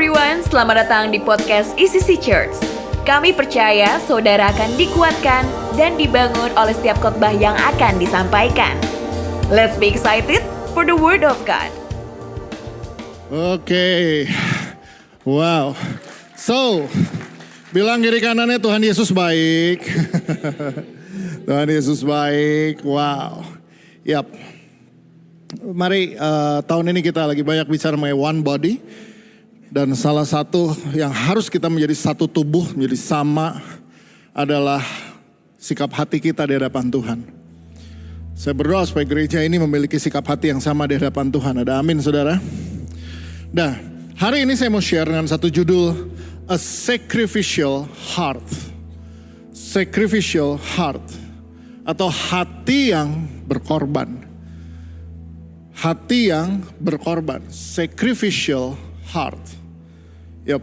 everyone, selamat datang di podcast ECC Church. Kami percaya saudara akan dikuatkan dan dibangun oleh setiap khotbah yang akan disampaikan. Let's be excited for the word of God. Oke, wow. So, bilang kiri kanannya Tuhan Yesus baik. Tuhan Yesus baik, wow. Yap. Mari tahun ini kita lagi banyak bicara mengenai one body. Dan salah satu yang harus kita menjadi satu tubuh, menjadi sama adalah sikap hati kita di hadapan Tuhan. Saya berdoa supaya gereja ini memiliki sikap hati yang sama di hadapan Tuhan. Ada amin saudara? Nah, hari ini saya mau share dengan satu judul, A Sacrificial Heart. Sacrificial Heart. Atau hati yang berkorban. Hati yang berkorban. Sacrificial Heart. Yap.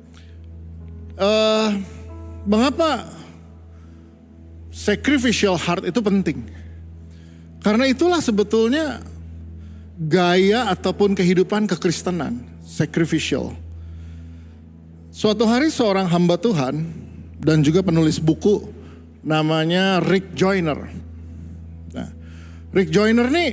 Mengapa sacrificial heart itu penting? Karena itulah sebetulnya gaya ataupun kehidupan kekristenan, sacrificial. Suatu hari seorang hamba Tuhan dan juga penulis buku namanya Rick Joyner. Nah, Rick Joyner nih,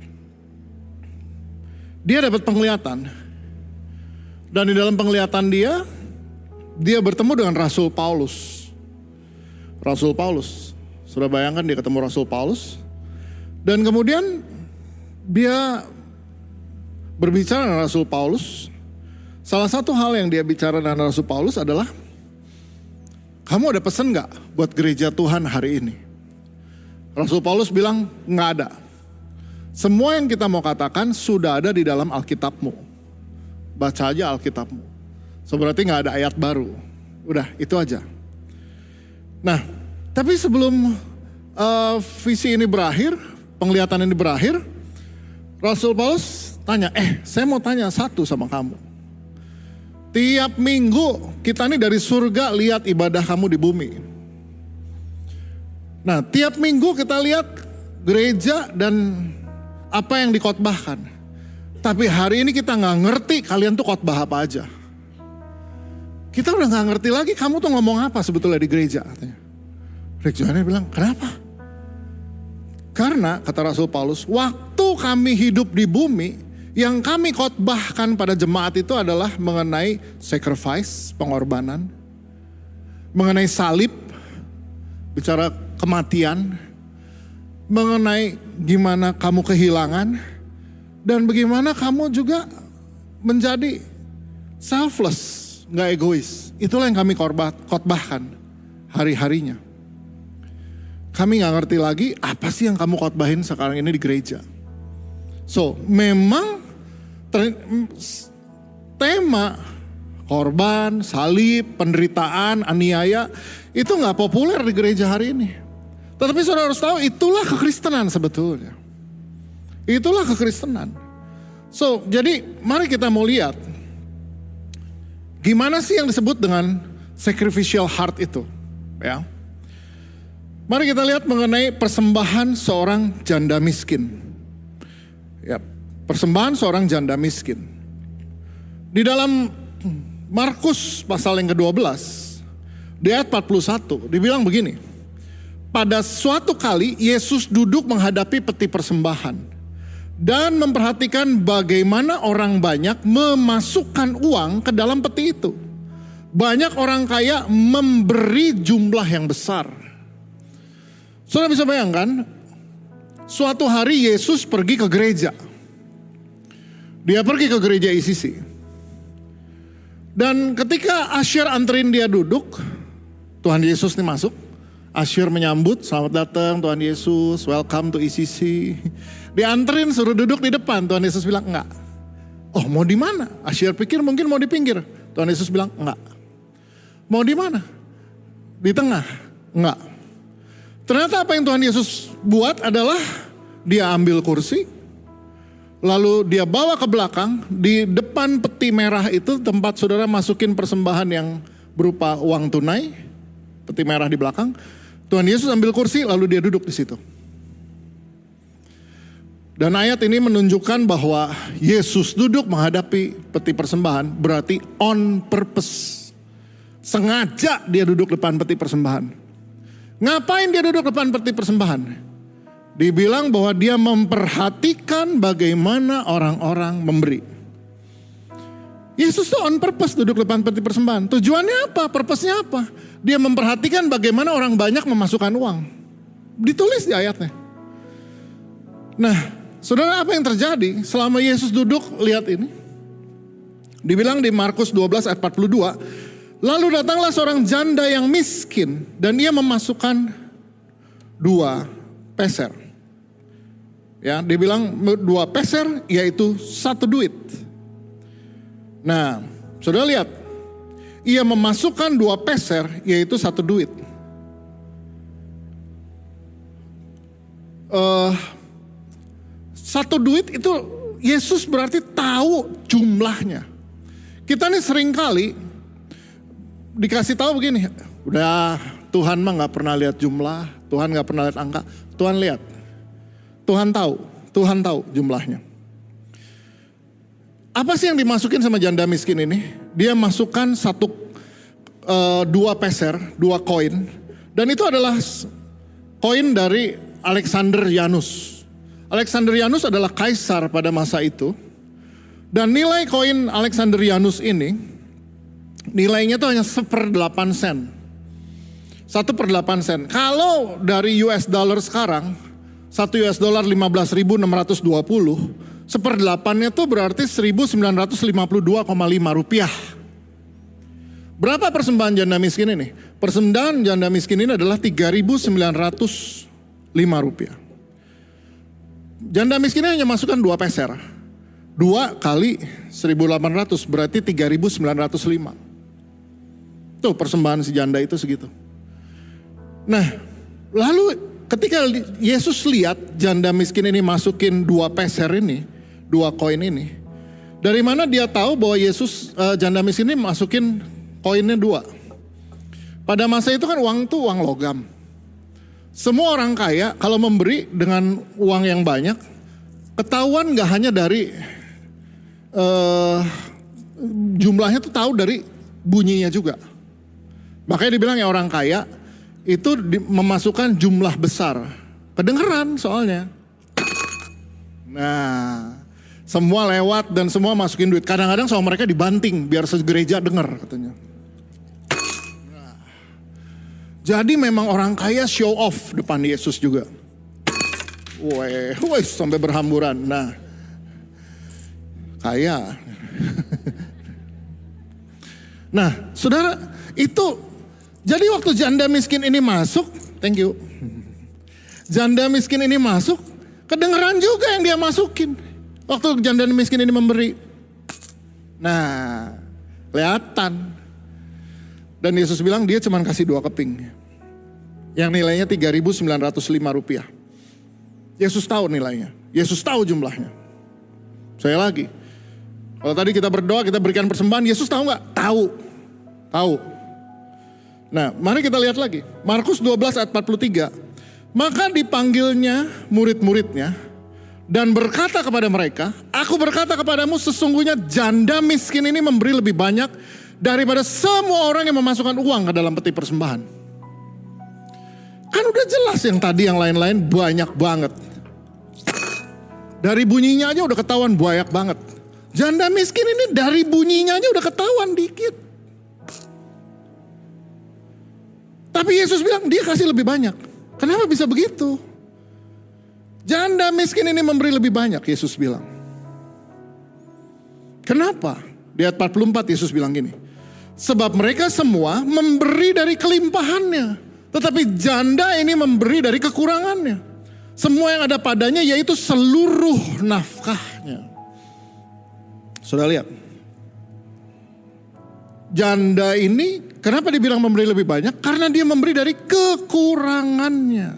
dia dapat penglihatan. Dan di dalam penglihatan dia bertemu dengan Rasul Paulus. Rasul Paulus. Sudah bayangkan dia ketemu Rasul Paulus. Dan kemudian dia berbicara dengan Rasul Paulus. Salah satu hal yang dia bicara dengan Rasul Paulus adalah, kamu ada pesan gak buat gereja Tuhan hari ini? Rasul Paulus bilang, gak ada. Semua yang kita mau katakan sudah ada di dalam Alkitabmu. Baca aja Alkitabmu. So berarti gak ada ayat baru. Udah itu aja. Nah, tapi sebelum visi ini berakhir, penglihatan ini berakhir, Rasul Paulus tanya, saya mau tanya satu sama kamu. Tiap minggu kita nih dari surga lihat ibadah kamu di bumi. Nah, tiap minggu kita lihat gereja dan apa yang dikhotbahkan. Tapi hari ini kita gak ngerti kalian tuh khotbah apa aja. Kita udah gak ngerti lagi kamu tuh ngomong apa sebetulnya di gereja. Rick Joyner bilang, kenapa? Karena kata Rasul Paulus, waktu kami hidup di bumi, yang kami khotbahkan pada jemaat itu adalah mengenai sacrifice, pengorbanan. Mengenai salib, bicara kematian. Mengenai gimana kamu kehilangan. Dan bagaimana kamu juga menjadi selfless, gak egois. Itulah yang kami khotbahkan hari-harinya. Kami gak ngerti lagi apa sih yang kamu khotbahin sekarang ini di gereja. So, memang tema korban, salib, penderitaan, aniaya itu gak populer di gereja hari ini. Tetapi saudara harus tahu itulah kekristenan sebetulnya. Itulah kekristenan. So, jadi mari kita mau lihat gimana sih yang disebut dengan sacrificial heart itu, ya. Mari kita lihat mengenai persembahan seorang janda miskin. Ya, persembahan seorang janda miskin. Di dalam Markus pasal yang ke-12, di ayat 41, dibilang begini. Pada suatu kali Yesus duduk menghadapi peti persembahan. Dan memperhatikan bagaimana orang banyak memasukkan uang ke dalam peti itu. Banyak orang kaya memberi jumlah yang besar. Saudara bisa bayangkan, suatu hari Yesus pergi ke gereja. Dia pergi ke gereja ECC. Dan ketika Asyir anterin dia duduk, Tuhan Yesus nih masuk. Asyir menyambut, selamat datang Tuhan Yesus, welcome to ECC. Dianterin suruh duduk di depan, Tuhan Yesus bilang enggak. Oh mau di mana? Asyir pikir mungkin mau di pinggir. Tuhan Yesus bilang enggak. Mau di mana? Di tengah? Enggak. Ternyata apa yang Tuhan Yesus buat adalah dia ambil kursi, lalu dia bawa ke belakang, di depan peti merah itu tempat saudara masukin persembahan yang berupa uang tunai, peti merah di belakang. Tuhan Yesus ambil kursi lalu dia duduk di situ. Dan ayat ini menunjukkan bahwa Yesus duduk menghadapi peti persembahan berarti on purpose. Sengaja dia duduk depan peti persembahan. Ngapain dia duduk depan peti persembahan? Dibilang bahwa dia memperhatikan bagaimana orang-orang memberi. Yesus tuh on purpose duduk depan peti persembahan. Tujuannya apa? Purpose-nya apa? Dia memperhatikan bagaimana orang banyak memasukkan uang. Ditulis di ayatnya. Nah, saudara, apa yang terjadi selama Yesus duduk lihat ini? Dibilang di Markus 12 ayat 42, lalu datanglah seorang janda yang miskin dan ia memasukkan 2 peser. Ya, dibilang 2 peser yaitu 1 duit. Nah, saudara lihat, ia memasukkan 2 peser yaitu 1 duit. 1 duit itu Yesus berarti tahu jumlahnya. Kita nih sering kali dikasih tahu begini, udah Tuhan mah gak pernah lihat jumlah, Tuhan gak pernah lihat angka, Tuhan lihat. Tuhan tahu jumlahnya. Apa sih yang dimasukin sama janda miskin ini? Dia masukkan 2 peser, 2 koin. Dan itu adalah koin dari Alexandrianus. Alexandrianus adalah kaisar pada masa itu. Dan nilai koin Alexandrianus ini, nilainya itu hanya 1/8 sen. 1/8 sen. Kalau dari US dollar sekarang, 1 US dollar 15.620, 1/8-nya itu berarti 1.952,5 rupiah. Berapa persembahan janda miskin ini? Persembahan janda miskin ini adalah 3.905 rupiah. Janda miskin ini hanya masukkan 2 peser. 2 kali 1.800 berarti 3.905. Tuh persembahan si janda itu segitu. Nah, lalu ketika Yesus lihat janda miskin ini masukin 2 peser ini, 2 koin ini. Dari mana dia tahu bahwa janda miskin ini masukin koinnya 2? Pada masa itu kan uang tuh uang logam. Semua orang kaya kalau memberi dengan uang yang banyak, ketahuan gak hanya dari jumlahnya tuh tahu dari bunyinya juga. Makanya dibilang ya orang kaya itu memasukkan jumlah besar. Kedengeran soalnya. Nah, semua lewat dan semua masukin duit. Kadang-kadang sama mereka dibanting biar segereja dengar katanya. Nah, jadi memang orang kaya show off depan Yesus juga. Woi, sampai berhamburan. Nah, kaya. Nah, saudara, itu jadi waktu janda miskin ini masuk, thank you. Janda miskin ini masuk, kedengeran juga yang dia masukin. Waktu janda miskin ini memberi. Nah, kelihatan. Dan Yesus bilang dia cuma kasih 2 keping. Yang nilainya 3.905 rupiah. Yesus tahu nilainya. Yesus tahu jumlahnya. Saya lagi. Kalau tadi kita berdoa, kita berikan persembahan, Yesus tahu gak? Tahu. Nah, mari kita lihat lagi. Markus 12 ayat 43. Maka dipanggilnya murid-muridnya dan berkata kepada mereka, aku berkata kepadamu sesungguhnya janda miskin ini memberi lebih banyak daripada semua orang yang memasukkan uang ke dalam peti persembahan. Kan udah jelas yang tadi yang lain-lain banyak banget. Dari bunyinya aja udah ketahuan banyak banget. Janda miskin ini dari bunyinya aja udah ketahuan dikit. Tapi Yesus bilang dia kasih lebih banyak. Kenapa bisa begitu? Janda miskin ini memberi lebih banyak, Yesus bilang. Kenapa? Di ayat 44 Yesus bilang gini. Sebab mereka semua memberi dari kelimpahannya. Tetapi janda ini memberi dari kekurangannya. Semua yang ada padanya yaitu seluruh nafkahnya. Saudara lihat. Janda ini kenapa dibilang memberi lebih banyak? Karena dia memberi dari kekurangannya.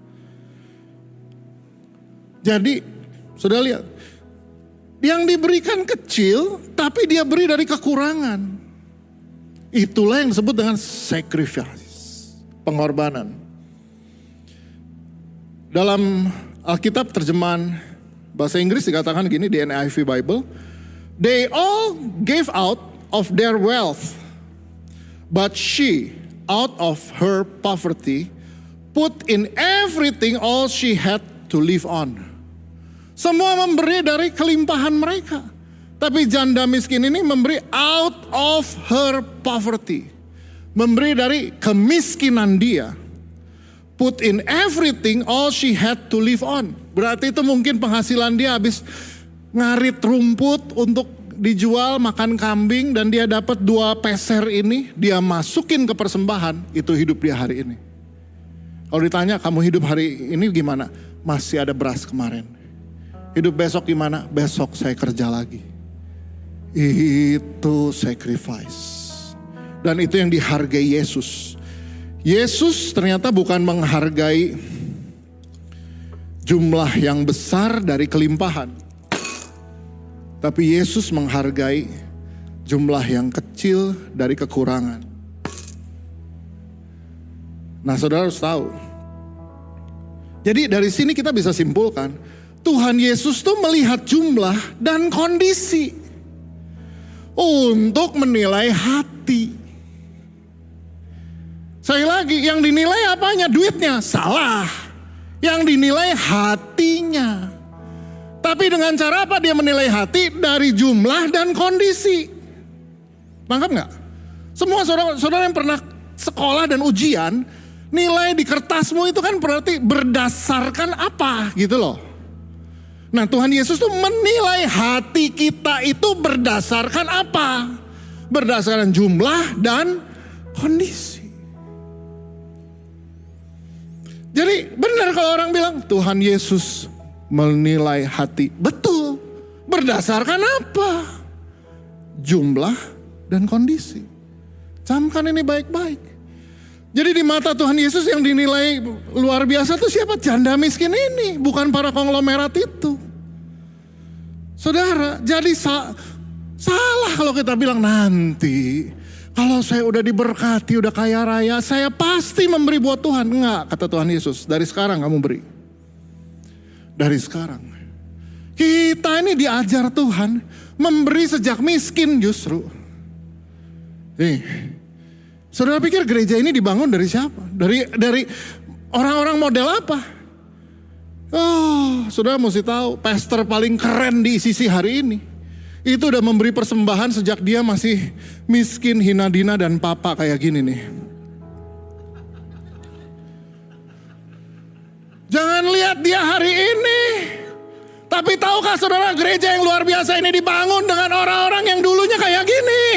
Jadi, saudara lihat. Yang diberikan kecil, tapi dia beri dari kekurangan. Itulah yang disebut dengan sacrifice, pengorbanan. Dalam Alkitab terjemahan Bahasa Inggris dikatakan gini di NIV Bible. They all gave out of their wealth, but she, out of her poverty, put in everything all she had to live on. Semua memberi dari kelimpahan mereka. Tapi janda miskin ini memberi out of her poverty. Memberi dari kemiskinan dia. Put in everything all she had to live on. Berarti itu mungkin penghasilan dia habis ngarit rumput untuk dijual, makan kambing, dan dia dapat 2 peser ini, dia masukin ke persembahan, itu hidup dia hari ini. Kalau ditanya kamu hidup hari ini gimana? Masih ada beras kemarin. Hidup besok gimana? Besok saya kerja lagi. Itu sacrifice. Dan itu yang dihargai Yesus. Yesus ternyata bukan menghargai jumlah yang besar dari kelimpahan. Tapi Yesus menghargai jumlah yang kecil dari kekurangan. Nah, saudara harus tahu. Jadi dari sini kita bisa simpulkan, Tuhan Yesus tuh melihat jumlah dan kondisi untuk menilai hati. Sekali lagi, yang dinilai apanya? Duitnya? Salah. Yang dinilai hatinya. Tapi dengan cara apa dia menilai hati? Dari jumlah dan kondisi. Tangkap gak? Semua saudara yang pernah sekolah dan ujian, nilai di kertasmu itu kan berarti berdasarkan apa gitu loh. Nah, Tuhan Yesus tuh menilai hati kita itu berdasarkan apa? Berdasarkan jumlah dan kondisi. Jadi benar kalau orang bilang Tuhan Yesus menilai hati. Betul. Berdasarkan apa? Jumlah dan kondisi. Camkan ini baik-baik. Jadi di mata Tuhan Yesus yang dinilai luar biasa itu siapa? Janda miskin ini. Bukan para konglomerat itu. Saudara, jadi salah kalau kita bilang nanti. Kalau saya udah diberkati, udah kaya raya, saya pasti memberi buat Tuhan. Enggak, kata Tuhan Yesus. Dari sekarang kamu beri. Dari sekarang. Kita ini diajar Tuhan memberi sejak miskin justru. Nih, saudara pikir gereja ini dibangun dari siapa? Dari orang-orang model apa? Oh, saudara mesti tahu, pastor paling keren di ICC hari ini. Itu udah memberi persembahan sejak dia masih miskin, hina dina dan papa kayak gini nih. Jangan lihat dia hari ini. Tapi tahukah saudara gereja yang luar biasa ini dibangun dengan orang-orang yang dulunya kayak gini.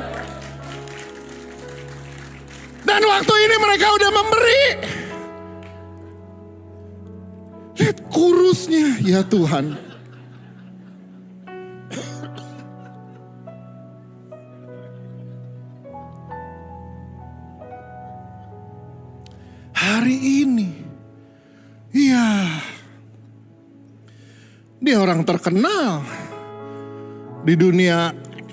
Dan waktu ini mereka udah memberi. Lihat kurusnya, ya Tuhan. Hari ini, iya, dia orang terkenal di dunia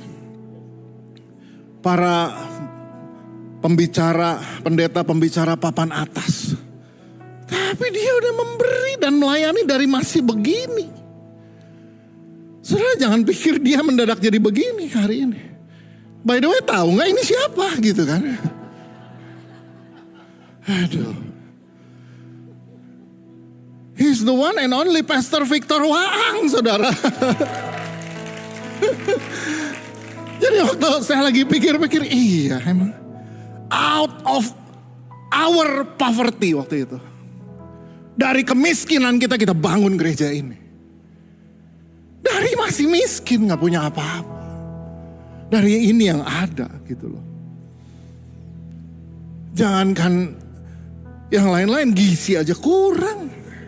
para pembicara, pendeta pembicara papan atas. Tapi dia udah memberi dan melayani dari masih begini. Saudara jangan pikir dia mendadak jadi begini hari ini. By the way, tahu nggak ini siapa gitu kan? Aduh. He's the one and only Pastor Victor Waang, saudara. Jadi waktu saya lagi pikir-pikir, iya emang. Out of our poverty waktu itu. Dari kemiskinan kita bangun gereja ini. Dari masih miskin gak punya apa-apa. Dari ini yang ada gitu loh. Jangankan yang lain-lain, gizi aja kurang.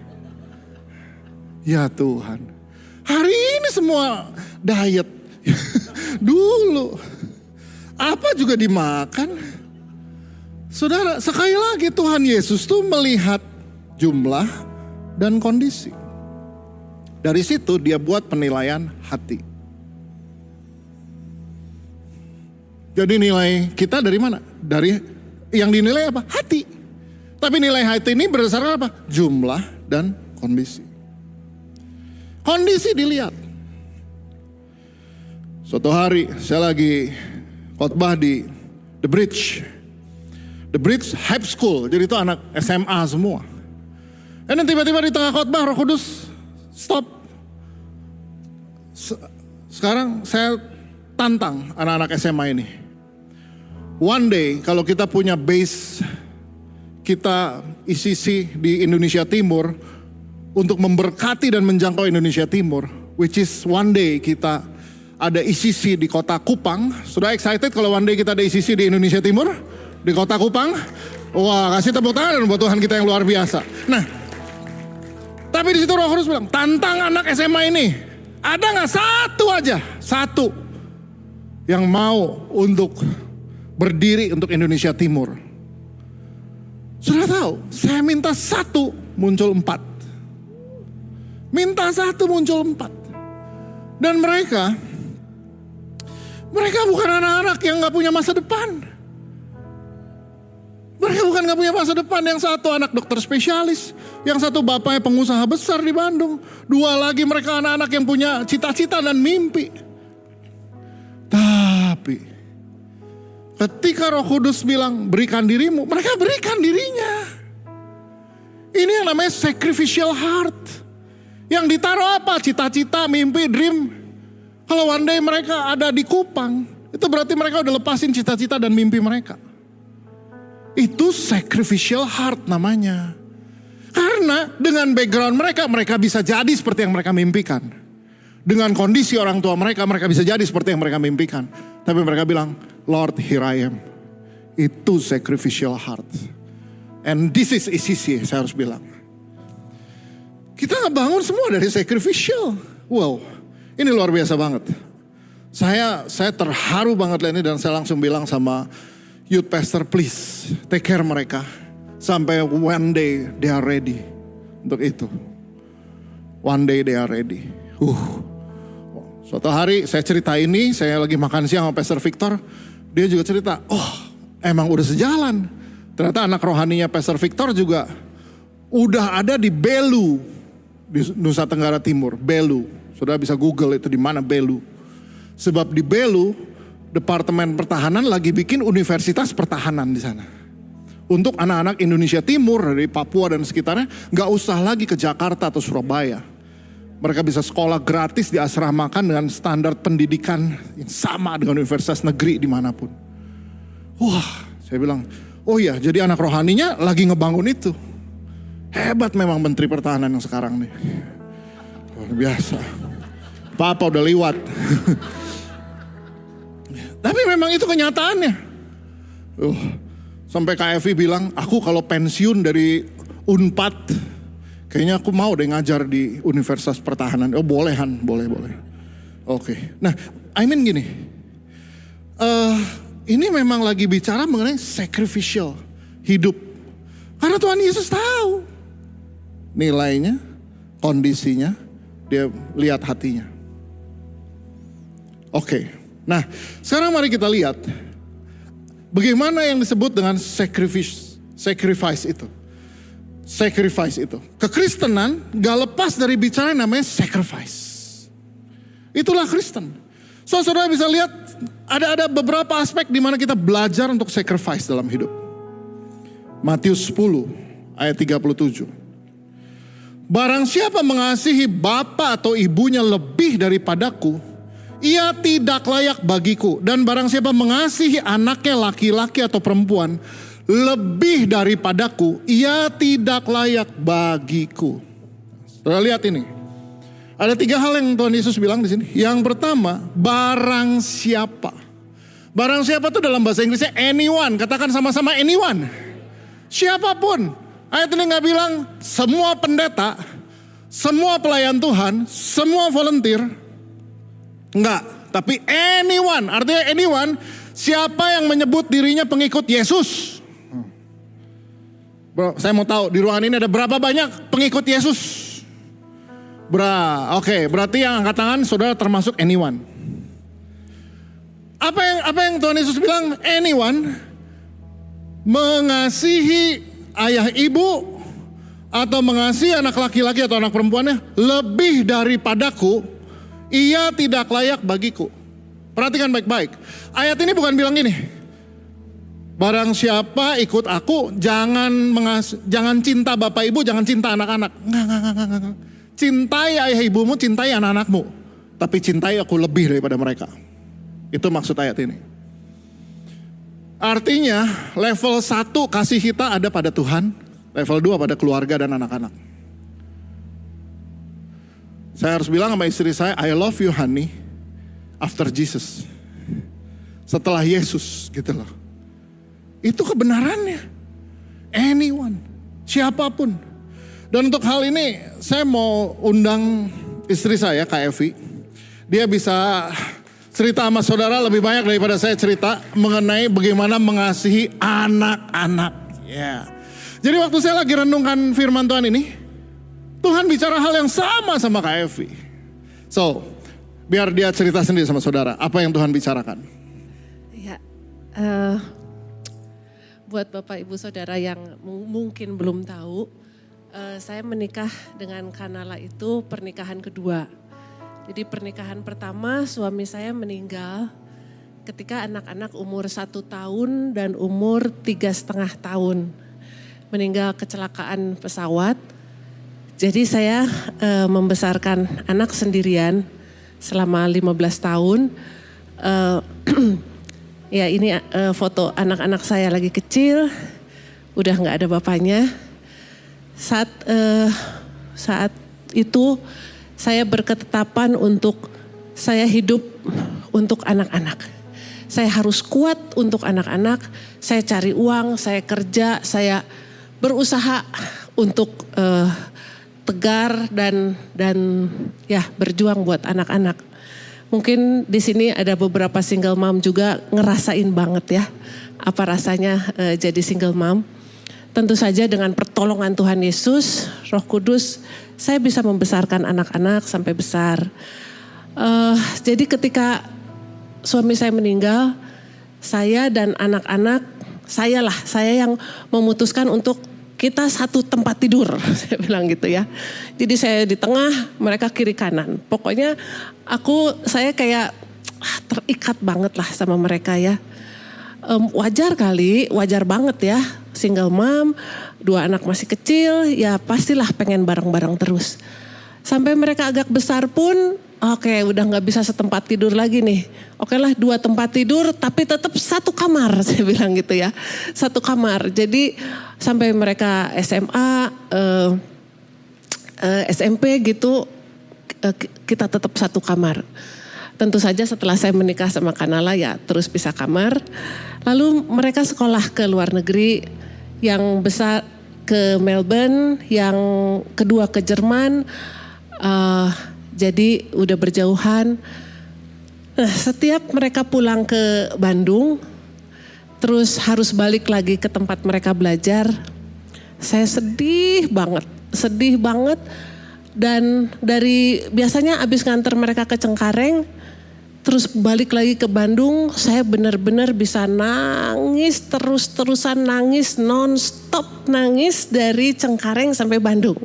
Ya Tuhan. Hari ini semua diet. Dulu. Apa juga dimakan. Saudara, sekali lagi Tuhan Yesus tuh melihat jumlah dan kondisi. Dari situ dia buat penilaian hati. Jadi nilai kita dari mana? Dari yang dinilai apa? Hati. Tapi nilai hati ini berdasarkan apa? Jumlah dan kondisi. Kondisi dilihat. Suatu hari saya lagi khotbah di The Bridge High School. Jadi itu anak SMA semua. Dan tiba-tiba di tengah khotbah Roh Kudus stop. Sekarang saya tantang anak-anak SMA ini. One day kalau kita punya base kita ICC di Indonesia Timur untuk memberkati dan menjangkau Indonesia Timur, which is one day kita ada ICC di kota Kupang. Sudah excited kalau one day kita ada ICC di Indonesia Timur, di kota Kupang? Wah, kasih tepuk tangan buat Tuhan kita yang luar biasa. Nah, tapi di situ Roh Kudus bilang, tantang anak SMA ini. Ada nggak satu yang mau untuk berdiri untuk Indonesia Timur? Sudah tahu, saya minta 1 muncul 4. Minta 1 muncul 4. Dan mereka bukan anak-anak yang gak punya masa depan. Mereka bukan gak punya masa depan. Yang satu anak dokter spesialis, yang satu bapaknya pengusaha besar di Bandung. 2 lagi mereka anak-anak yang punya cita-cita dan mimpi. Tapi ketika Roh Kudus bilang berikan dirimu, mereka berikan dirinya. Ini yang namanya sacrificial heart. Yang ditaruh apa? Cita-cita, mimpi, dream. Kalau one day mereka ada di Kupang, itu berarti mereka udah lepasin cita-cita dan mimpi mereka. Itu sacrificial heart namanya. Karena dengan background mereka bisa jadi seperti yang mereka mimpikan. Dengan kondisi orang tua mereka bisa jadi seperti yang mereka mimpikan. Tapi mereka bilang, Lord, here I am. Itu sacrificial heart. And this is ICC, saya harus bilang. Kita ngebangun semua dari sacrificial. Wow, ini luar biasa banget. Saya terharu banget lihat ini dan saya langsung bilang sama youth pastor, please take care mereka. Sampai one day they are ready untuk itu. One day they are ready. Suatu hari saya cerita ini, saya lagi makan siang sama Pastor Victor. Dia juga cerita, emang udah sejalan. Ternyata anak rohaninya Pastor Victor juga udah ada di Belu. Di Nusa Tenggara Timur, Belu. Saudara bisa Google itu di mana Belu. Sebab di Belu, Departemen Pertahanan lagi bikin universitas pertahanan di sana. Untuk anak-anak Indonesia Timur dari Papua dan sekitarnya, nggak usah lagi ke Jakarta atau Surabaya. Mereka bisa sekolah gratis diasramakan dengan standar pendidikan yang sama dengan universitas negeri dimanapun. Wah, saya bilang, oh iya, jadi anak rohaninya lagi ngebangun itu. Hebat memang Menteri Pertahanan yang sekarang nih. Luar biasa. Papa udah liwat. Tapi memang itu kenyataannya. Sampai KFI bilang, aku kalau pensiun dari Unpad, kayaknya aku mau deh ngajar di Universitas Pertahanan. Oh boleh. Oke. Nah, I mean gini. Ini memang lagi bicara mengenai sacrificial hidup. Karena Tuhan Yesus tahu nilainya, kondisinya, dia lihat hatinya. Oke. Nah, sekarang mari kita lihat bagaimana yang disebut dengan sacrifice itu. Sacrifice itu. Kekristenan gak lepas dari bicara yang namanya sacrifice. Itulah Kristen. So, saudara bisa lihat ada beberapa aspek di mana kita belajar untuk sacrifice dalam hidup. Matius 10 ayat 37. Barang siapa mengasihi bapa atau ibunya lebih daripadaku, ia tidak layak bagiku. Dan barang siapa mengasihi anaknya laki-laki atau perempuan lebih daripadaku, ia tidak layak bagiku. Saudara lihat ini. Ada 3 hal yang Tuhan Yesus bilang di sini. Yang pertama, barang siapa. Barang siapa itu dalam bahasa Inggrisnya anyone. Katakan sama-sama anyone. Siapapun. Ayat ini gak bilang semua pendeta, semua pelayan Tuhan, semua volunteer. Enggak, tapi anyone. Artinya anyone, siapa yang menyebut dirinya pengikut Yesus. Bro, saya mau tahu di ruangan ini ada berapa banyak pengikut Yesus? Oke, berarti yang angkat tangan saudara termasuk anyone. Apa yang Tuhan Yesus bilang? Anyone mengasihi ayah ibu atau mengasihi anak laki-laki atau anak perempuannya lebih daripadaku, ia tidak layak bagiku. Perhatikan baik-baik. Ayat ini bukan bilang gini, barang siapa ikut aku jangan cinta bapak ibu, jangan cinta anak-anak. Enggak. Cintai ayah ibumu, cintai anak-anakmu. Tapi cintai aku lebih daripada mereka. Itu maksud ayat ini. Artinya level 1 kasih kita ada pada Tuhan, level 2 pada keluarga dan anak-anak. Saya harus bilang sama istri saya, I love you honey, after Jesus. Setelah Yesus gitu loh. Itu kebenarannya. Anyone, siapapun. Dan untuk hal ini saya mau undang istri saya, Kak Evi. Dia bisa cerita sama saudara lebih banyak daripada saya cerita mengenai bagaimana mengasihi anak-anak. Ya. Jadi waktu saya lagi renungkan firman Tuhan ini, Tuhan bicara hal yang sama Kak Evi. So, biar dia cerita sendiri sama saudara, apa yang Tuhan bicarakan. Ya, buat Bapak Ibu Saudara yang mungkin belum tahu, saya menikah dengan Kanala itu pernikahan kedua. Jadi pernikahan pertama suami saya meninggal ketika anak-anak umur 1 tahun dan umur 3,5 tahun. Meninggal kecelakaan pesawat. Jadi saya membesarkan anak sendirian selama 15 tahun. Ya ini foto anak-anak saya lagi kecil, udah gak ada bapaknya. Saat itu saya berketetapan untuk saya hidup untuk anak-anak. Saya harus kuat untuk anak-anak, saya cari uang, saya kerja, saya berusaha untuk tegar dan ya berjuang buat anak-anak. Mungkin di sini ada beberapa single mom juga ngerasain banget ya apa rasanya jadi single mom. Tentu saja dengan pertolongan Tuhan Yesus, Roh Kudus, saya bisa membesarkan anak-anak sampai besar. Jadi ketika suami saya meninggal, saya dan anak-anak, saya yang memutuskan untuk kita satu tempat tidur, saya bilang gitu ya. Jadi saya di tengah, mereka kiri kanan. Pokoknya saya kayak terikat banget lah sama mereka ya. Wajar banget ya. Single mom, 2 anak masih kecil, ya pastilah pengen bareng-bareng terus. Sampai mereka agak besar pun, oke, udah gak bisa setempat tidur lagi nih. Oke lah 2 tempat tidur tapi tetap 1 kamar, saya bilang gitu ya. 1 kamar, jadi sampai mereka SMA, SMP gitu, kita tetap 1 kamar. Tentu saja setelah saya menikah sama Kanala ya terus pisah kamar. Lalu mereka sekolah ke luar negeri, yang besar ke Melbourne, yang kedua ke Jerman. Jadi udah berjauhan. Nah, setiap mereka pulang ke Bandung, terus harus balik lagi ke tempat mereka belajar, saya sedih banget. Dan dari biasanya abis nganter mereka ke Cengkareng, terus balik lagi ke Bandung, saya benar-benar bisa nangis terus-terusan, nangis non-stop, nangis dari Cengkareng sampai Bandung.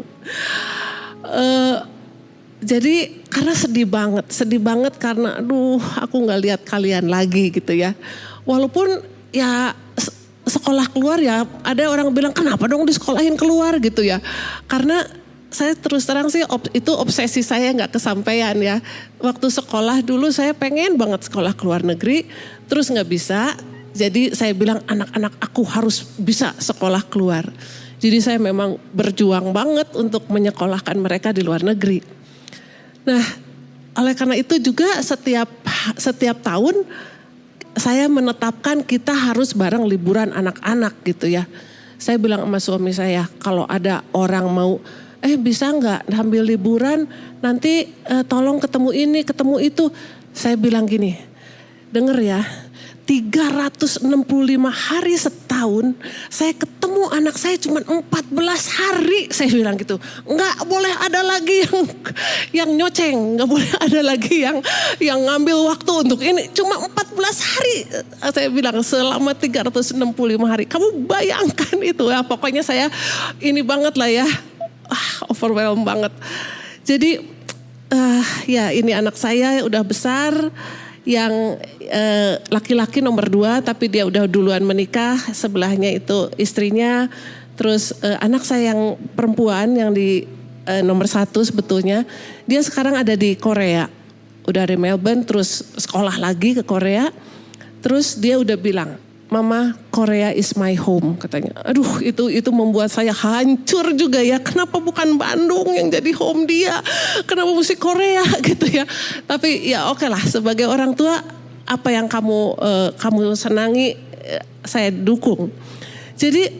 Jadi karena sedih banget karena aku gak lihat kalian lagi gitu ya. Walaupun ya sekolah keluar ya, ada orang bilang kenapa dong disekolahin keluar gitu ya. Karena saya terus terang sih itu obsesi saya gak kesampaian ya. Waktu sekolah dulu saya pengen banget sekolah ke luar negeri, terus gak bisa. Jadi saya bilang anak-anak aku harus bisa sekolah keluar. Jadi saya memang berjuang banget untuk menyekolahkan mereka di luar negeri. Nah, oleh karena itu juga setiap tahun saya menetapkan kita harus bareng liburan anak-anak gitu ya. Saya bilang sama suami saya, kalau ada orang mau bisa nggak ambil liburan, nanti tolong ketemu ini, ketemu itu. Saya bilang gini, denger ya, 365 hari setahun saya ketemu anak saya cuma 14 hari, saya bilang gitu. Nggak boleh ada lagi yang nyoceng, nggak boleh ada lagi yang ngambil waktu untuk ini. Cuma 14 hari, saya bilang selama 365 hari. Kamu bayangkan itu ya, pokoknya saya ini banget lah ya. overwhelmed banget. Jadi ya ini anak saya udah besar, yang laki-laki nomor 2 tapi dia udah duluan menikah, sebelahnya itu istrinya. Terus anak saya yang perempuan yang di nomor 1 sebetulnya, dia sekarang ada di Korea. Udah dari Melbourne terus sekolah lagi ke Korea. Terus dia udah bilang, "Mama, Korea is my home," katanya. Aduh, itu membuat saya hancur juga ya. Kenapa bukan Bandung yang jadi home dia? Kenapa mesti Korea gitu ya? Tapi ya oke lah, sebagai orang tua apa yang kamu senangi saya dukung. Jadi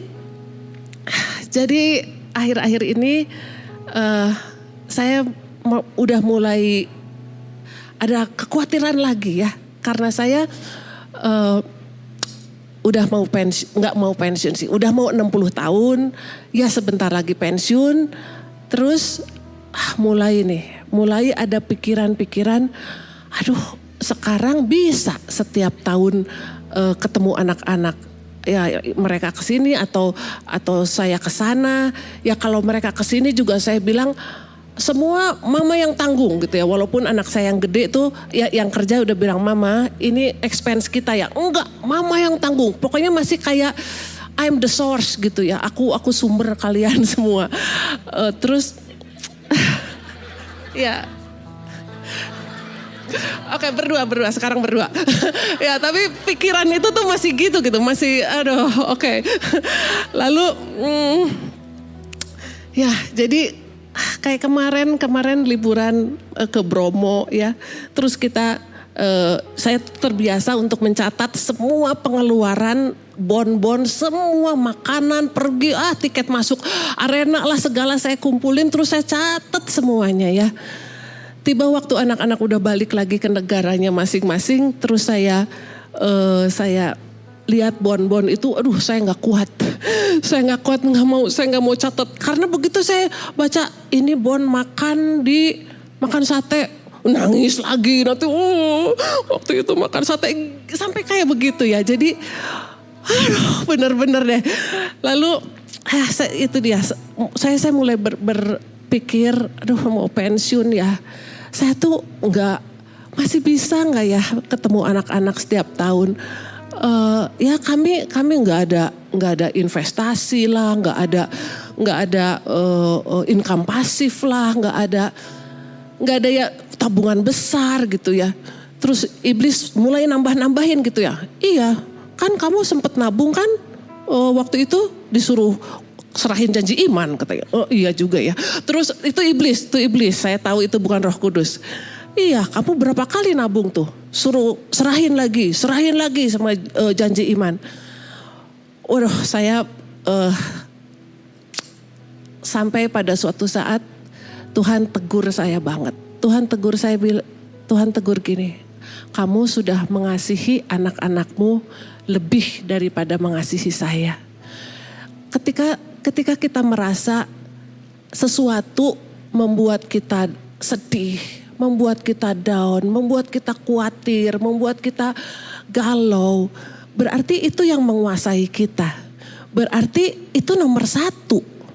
akhir-akhir ini saya udah mulai ada kekhawatiran lagi ya, karena saya udah mau pensiun, nggak mau pensiun sih, udah mau 60 tahun, ya sebentar lagi pensiun. Terus mulai ada pikiran-pikiran, aduh sekarang bisa setiap tahun ketemu anak-anak. Ya mereka kesini atau saya kesana. Ya kalau mereka kesini juga saya bilang, semua mama yang tanggung gitu ya. Walaupun anak saya yang gede tuh ya yang kerja udah bilang, "Mama ini expense kita ya." Enggak, mama yang tanggung. Pokoknya masih kayak I'm the source gitu ya. Aku sumber kalian semua. Terus ya oke, berdua sekarang berdua. Ya tapi pikiran itu tuh masih gitu masih oke. Lalu ya jadi kayak kemarin liburan ke Bromo ya. Terus saya terbiasa untuk mencatat semua pengeluaran, bon-bon, semua makanan, pergi, tiket masuk arena lah segala saya kumpulin, terus saya catat semuanya ya. Tiba waktu anak-anak udah balik lagi ke negaranya masing-masing, terus saya lihat bon-bon itu, aduh saya nggak kuat. Saya nggak mau catat. Karena begitu saya baca ini bon makan sate, nangis lagi nanti. Waktu itu makan sate sampai kayak begitu ya. Jadi, aduh bener-bener deh. Lalu saya mulai berpikir, aduh mau pensiun ya. Saya tuh masih bisa nggak ya ketemu anak-anak setiap tahun. Ya kami nggak ada investasi lah, nggak ada income pasif lah, nggak ada ya tabungan besar gitu ya. Terus iblis mulai nambah-nambahin gitu ya. Iya, kan kamu sempet nabung kan waktu itu disuruh serahin janji iman katanya. Oh iya juga ya. Terus itu iblis. Saya tahu itu bukan Roh Kudus. Iya, kamu berapa kali nabung tuh? Suruh serahin lagi sama janji iman. Waduh, saya sampai pada suatu saat Tuhan tegur saya banget. Tuhan tegur gini, "Kamu sudah mengasihi anak-anakmu lebih daripada mengasihi saya." Ketika kita merasa sesuatu membuat kita sedih, membuat kita down, membuat kita khawatir, membuat kita galau, berarti itu yang menguasai kita. Berarti itu nomor 1.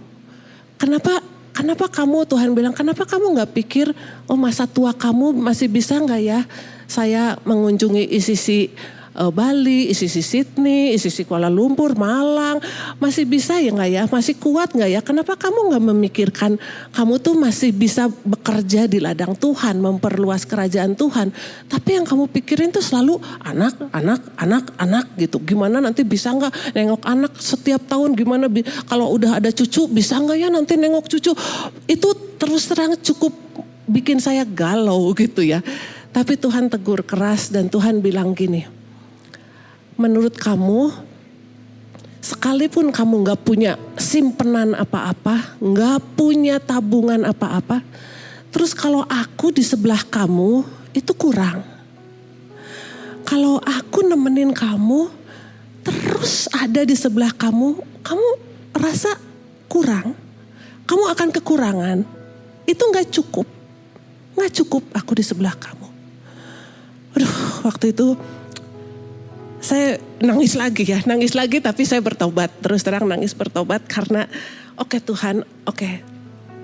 Kenapa kamu, Tuhan bilang, kenapa kamu gak pikir, masa tua kamu masih bisa gak ya saya mengunjungi ICC Bali, ICC Sydney, ICC Kuala Lumpur, Malang, masih bisa ya gak ya, masih kuat gak ya? Kenapa kamu gak memikirkan kamu tuh masih bisa bekerja di ladang Tuhan, memperluas kerajaan Tuhan. Tapi yang kamu pikirin tuh selalu anak gitu. Gimana nanti bisa gak nengok anak setiap tahun, gimana kalau udah ada cucu bisa gak ya nanti nengok cucu. Itu terus terang cukup bikin saya galau gitu ya. Tapi Tuhan tegur keras dan Tuhan bilang gini, menurut kamu, sekalipun kamu gak punya simpenan apa-apa, gak punya tabungan apa-apa, terus kalau aku di sebelah kamu, itu kurang. Kalau aku nemenin kamu, terus ada di sebelah kamu, kamu rasa kurang, kamu akan kekurangan. Itu gak cukup aku di sebelah kamu. Aduh, waktu itu saya nangis lagi tapi saya bertobat. Terus terang nangis bertobat karena oke Tuhan, oke.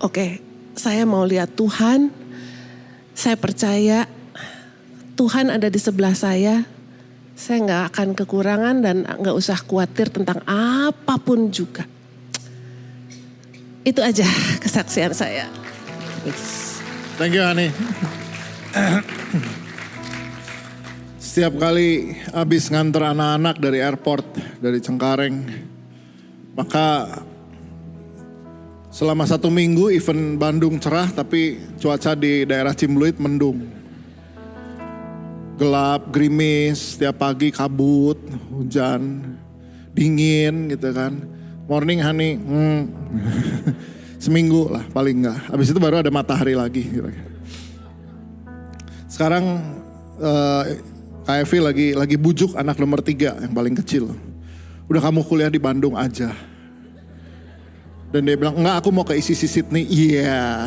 oke, saya mau lihat Tuhan, saya percaya Tuhan ada di sebelah saya gak akan kekurangan dan gak usah khawatir tentang apapun juga. Itu aja kesaksian saya. Thank you Hani. Setiap kali habis nganter anak-anak dari airport, dari Cengkareng, maka selama 1 minggu event Bandung cerah tapi cuaca di daerah Cimbluit mendung. Gelap, gerimis, setiap pagi kabut, hujan, dingin gitu kan. Morning honey, seminggu lah paling enggak. Habis itu baru ada matahari lagi. Sekarang Kak Evi lagi bujuk anak nomor 3 yang paling kecil. Udah kamu kuliah di Bandung aja. Dan dia bilang, enggak aku mau ke ICC Sydney. Iya.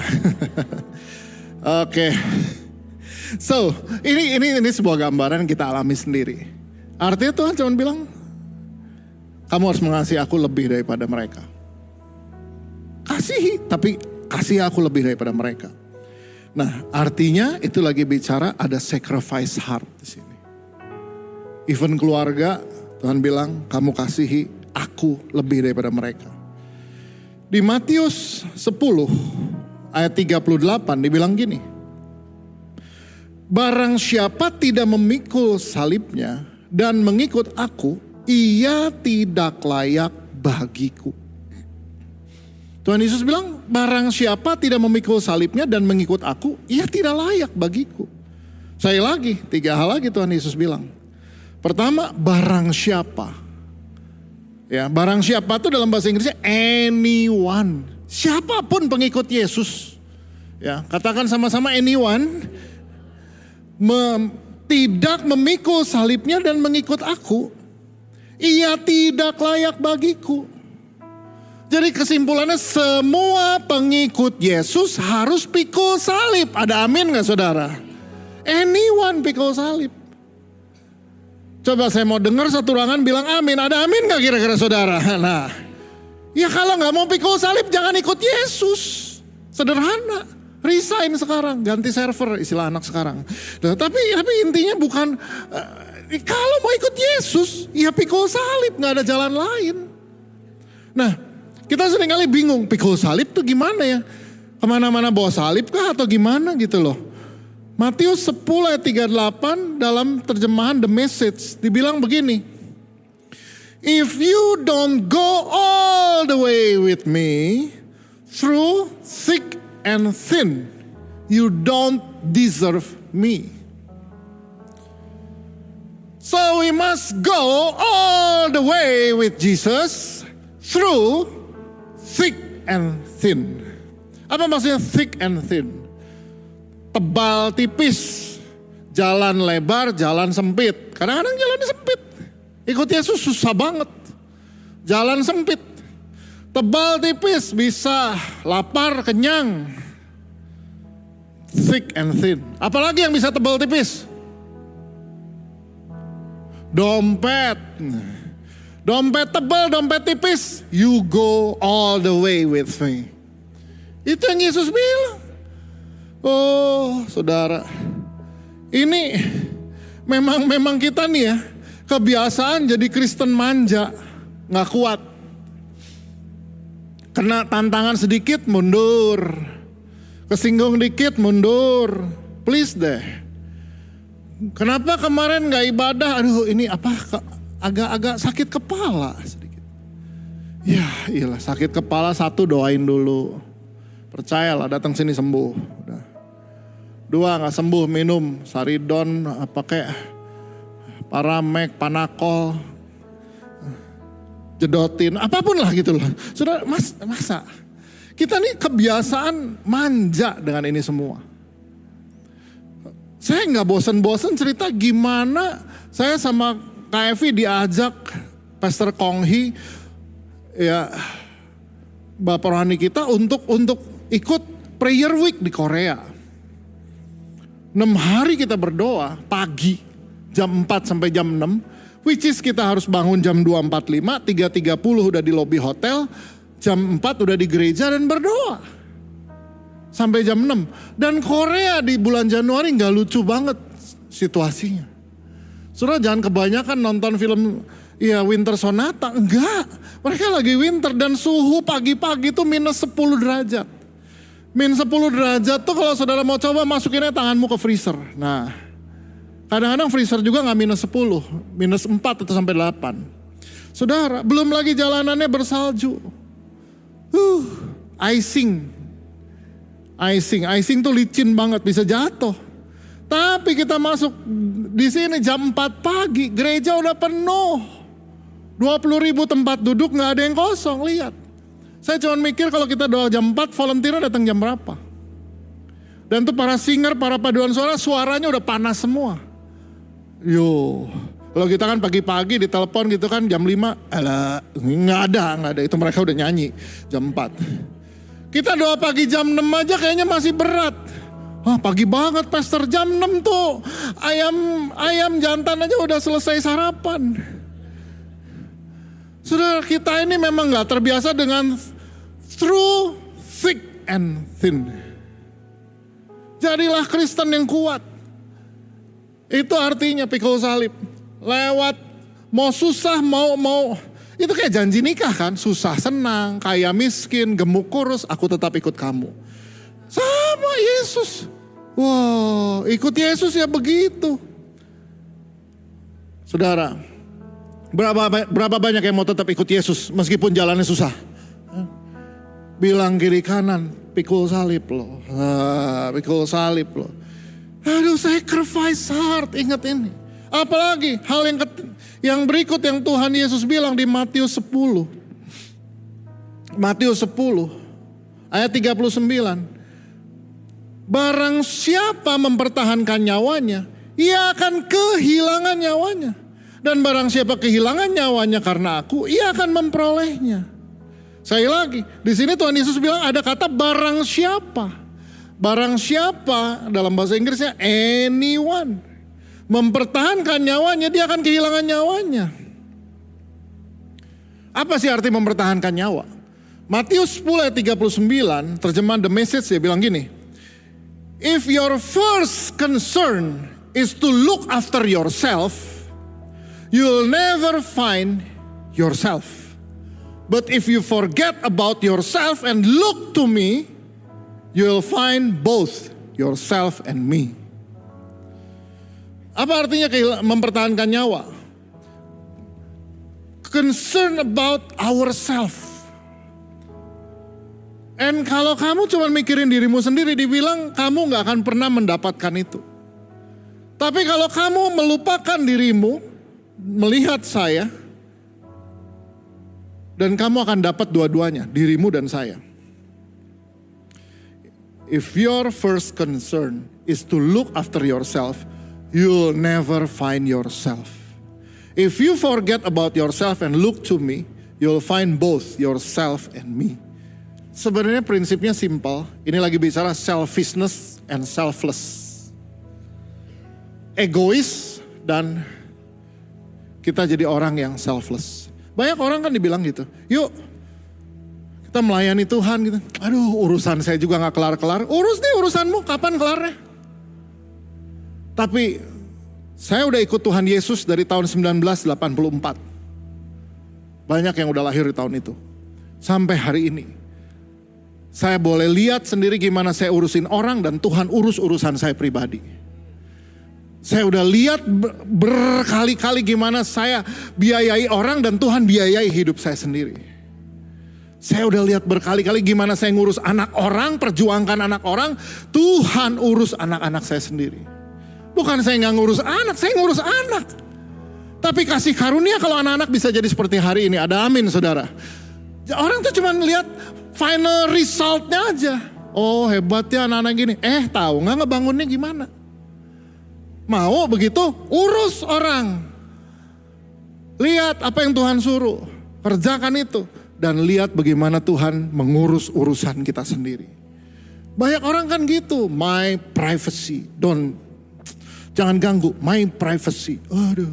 Oke. So, ini sebuah gambaran yang kita alami sendiri. Artinya Tuhan cuma bilang, kamu harus mengasihi aku lebih daripada mereka. Kasihi, tapi kasih aku lebih daripada mereka. Nah, artinya itu lagi bicara ada sacrifice heart di sini. Even keluarga, Tuhan bilang, kamu kasihi aku lebih daripada mereka. Di Matius 10 ayat 38 dibilang gini. Barang siapa tidak memikul salibnya dan mengikut aku, ia tidak layak bagiku. Tuhan Yesus bilang, barang siapa tidak memikul salibnya dan mengikut aku, ia tidak layak bagiku. Saya lagi, 3 hal lagi Tuhan Yesus bilang. Pertama, barang siapa. Ya, barang siapa itu dalam bahasa Inggrisnya anyone. Siapapun pengikut Yesus. Ya, katakan sama-sama anyone. Tidak memikul salibnya dan mengikut aku, ia tidak layak bagiku. Jadi kesimpulannya semua pengikut Yesus harus pikul salib. Ada amin gak saudara? Anyone pikul salib. Coba saya mau dengar satu ruangan bilang amin. Ada amin gak kira-kira saudara? Nah, ya kalau gak mau pikul salib jangan ikut Yesus. Sederhana. Resign sekarang, ganti server istilah anak sekarang. Nah, tapi intinya bukan kalau mau ikut Yesus, ya pikul salib, nggak ada jalan lain. Nah, kita seringkali bingung pikul salib tuh gimana ya? Kemana-mana bawa salib kah atau gimana gitu loh? Matius 10 ayat 38 dalam terjemahan The Message dibilang begini. If you don't go all the way with me through thick and thin, you don't deserve me. So we must go all the way with Jesus through thick and thin. Apa maksudnya thick and thin? Tebal tipis, jalan lebar, jalan sempit. Kadang-kadang jalannya sempit. Ikut Yesus susah banget. Jalan sempit. Tebal tipis, bisa lapar, kenyang. Thick and thin. Apalagi yang bisa tebal tipis? Dompet. Dompet tebal, dompet tipis. You go all the way with me. Itu yang Yesus bilang. Oh saudara. Ini memang kita nih ya. Kebiasaan jadi Kristen manja. Gak kuat. Kena tantangan sedikit mundur. Kesinggung dikit mundur. Please deh. Kenapa kemarin gak ibadah? Aduh ini apa agak-agak sakit kepala sedikit. Ya iyalah sakit kepala satu doain dulu. Percayalah datang sini sembuh. Udah. 2 gak sembuh minum Saridon pakai Paramek, Panakol. Jedotin, apapun lah gitu loh. Saudara, masa kita nih kebiasaan manja dengan ini semua. Saya gak bosen-bosen cerita gimana saya sama Kak Evi diajak Pastor Konghi, ya Bapak rohani kita untuk ikut prayer week di Korea. 6 hari kita berdoa pagi jam 4 sampai jam 6. Which is kita harus bangun jam 2.45, 3.30 udah di lobi hotel, jam 4 udah di gereja dan berdoa. sampai jam 6. Dan Korea di bulan Januari gak lucu banget situasinya. Saudara jangan kebanyakan nonton film Winter Sonata. Enggak, mereka lagi winter dan suhu pagi-pagi tuh minus 10 derajat. Minus 10 derajat tuh kalau saudara mau coba masukinnya tanganmu ke freezer. Nah, kadang-kadang freezer juga gak minus 10, minus 4 atau sampai 8. Saudara, belum lagi jalanannya bersalju. Icing tuh licin banget, bisa jatuh. Tapi kita masuk di sini jam 4 pagi, gereja udah penuh. 20.000 tempat duduk gak ada yang kosong, lihat. Saya cuma mikir kalau kita doa jam 4, volunteer datang jam berapa. Dan tuh para singer, para paduan suara, suaranya udah panas semua. Kalau kita kan pagi-pagi ditelepon gitu kan jam 5, nggak ada. Itu mereka udah nyanyi jam 4. Kita doa pagi jam 6 aja kayaknya masih berat. Pagi banget pastor, jam 6 tuh ayam jantan aja udah selesai sarapan. Saudara, kita ini memang gak terbiasa dengan through thick and thin. Jadilah Kristen yang kuat. Itu artinya pikul salib. Lewat mau susah mau itu kayak janji nikah kan, susah senang, kaya miskin, gemuk kurus, aku tetap ikut kamu. Sama Yesus. Ikut Yesus ya begitu. Saudara, berapa banyak yang mau tetap ikut Yesus meskipun jalannya susah? Bilang kiri kanan, pikul salib loh. Pikul salib loh. Aduh, sacrifice heart, ingat ini. Apalagi hal yang berikut yang Tuhan Yesus bilang di Matius 10. Matius 10 ayat 39. Barang siapa mempertahankan nyawanya, ia akan kehilangan nyawanya. Dan barang siapa kehilangan nyawanya karena aku, ia akan memperolehnya. Sekali lagi, di sini Tuhan Yesus bilang ada kata barang siapa. Barang siapa dalam bahasa Inggrisnya anyone. Mempertahankan nyawanya, dia akan kehilangan nyawanya. Apa sih arti mempertahankan nyawa? Matius 10 ayat 39, terjemahan The Message dia bilang gini. If your first concern is to look after yourself, you'll never find yourself. But if you forget about yourself and look to me, you'll find both yourself and me. Apa artinya mempertahankan nyawa? Concern about ourselves. And kalau kamu cuma mikirin dirimu sendiri, dibilang kamu gak akan pernah mendapatkan itu. Tapi kalau kamu melupakan dirimu, melihat saya, dan kamu akan dapat dua-duanya, dirimu dan saya. If your first concern is to look after yourself, you'll never find yourself. If you forget about yourself and look to me, you'll find both yourself and me. Sebenarnya prinsipnya simple. Ini lagi bicara selfishness and selfless. Egois dan kita jadi orang yang selfless. Banyak orang kan dibilang gitu, yuk kita melayani Tuhan gitu. Aduh, urusan saya juga gak kelar-kelar. Urus nih urusanmu, kapan kelarnya? Tapi saya udah ikut Tuhan Yesus dari tahun 1984. Banyak yang udah lahir di tahun itu. Sampai hari ini. Saya boleh lihat sendiri gimana saya urusin orang dan Tuhan urus urusan saya pribadi. Saya udah lihat berkali-kali gimana saya biayai orang dan Tuhan biayai hidup saya sendiri. Saya udah lihat berkali-kali gimana saya ngurus anak orang, perjuangkan anak orang. Tuhan urus anak-anak saya sendiri. Bukan saya gak ngurus anak, saya ngurus anak. Tapi kasih karunia kalau anak-anak bisa jadi seperti hari ini. Ada amin saudara. Orang tuh cuma lihat final resultnya aja. Oh hebat ya anak-anak gini. Tahu gak ngebangunnya gimana? Mau begitu, urus orang. Lihat apa yang Tuhan suruh. Kerjakan itu. Dan lihat bagaimana Tuhan mengurus urusan kita sendiri. Banyak orang kan gitu. My privacy. Jangan ganggu, my privacy. Aduh.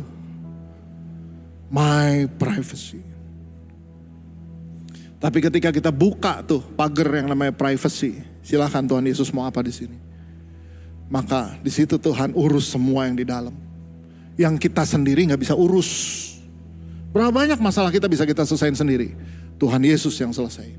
My privacy. Tapi ketika kita buka tuh pagar yang namanya privacy. Silakan Tuhan Yesus mau apa di sini. Maka di situ Tuhan urus semua yang di dalam. Yang kita sendiri gak bisa urus. Berapa banyak masalah kita bisa kita selesain sendiri. Tuhan Yesus yang selesain.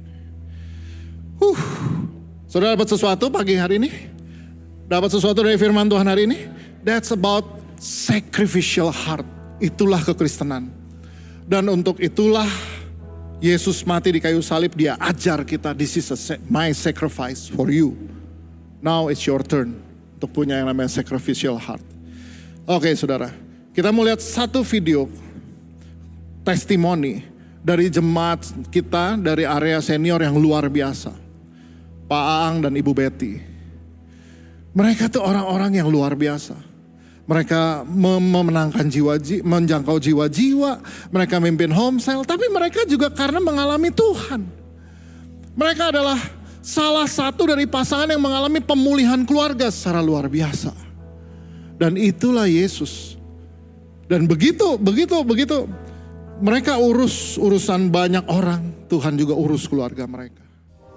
Saudara dapat sesuatu pagi hari ini? Dapat sesuatu dari firman Tuhan hari ini? That's about sacrificial heart. Itulah kekristenan. Dan untuk itulah Yesus mati di kayu salib. Dia ajar kita, this is my sacrifice for you. Now it's your turn untuk punya yang namanya sacrificial heart. Oke saudara, kita mau lihat satu video testimoni dari jemaat kita dari area senior yang luar biasa. Pak Aang dan Ibu Betty. Mereka tuh orang-orang yang luar biasa. Mereka memenangkan menjangkau jiwa-jiwa. Mereka memimpin home cell. Tapi mereka juga karena mengalami Tuhan. Mereka adalah salah satu dari pasangan yang mengalami pemulihan keluarga secara luar biasa. Dan itulah Yesus. Dan begitu mereka urusan banyak orang, Tuhan juga urus keluarga mereka.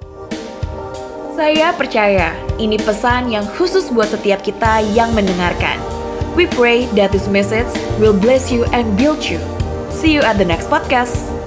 Saya percaya ini pesan yang khusus buat setiap kita yang mendengarkan. We pray that this message will bless you and build you. See you at the next podcast.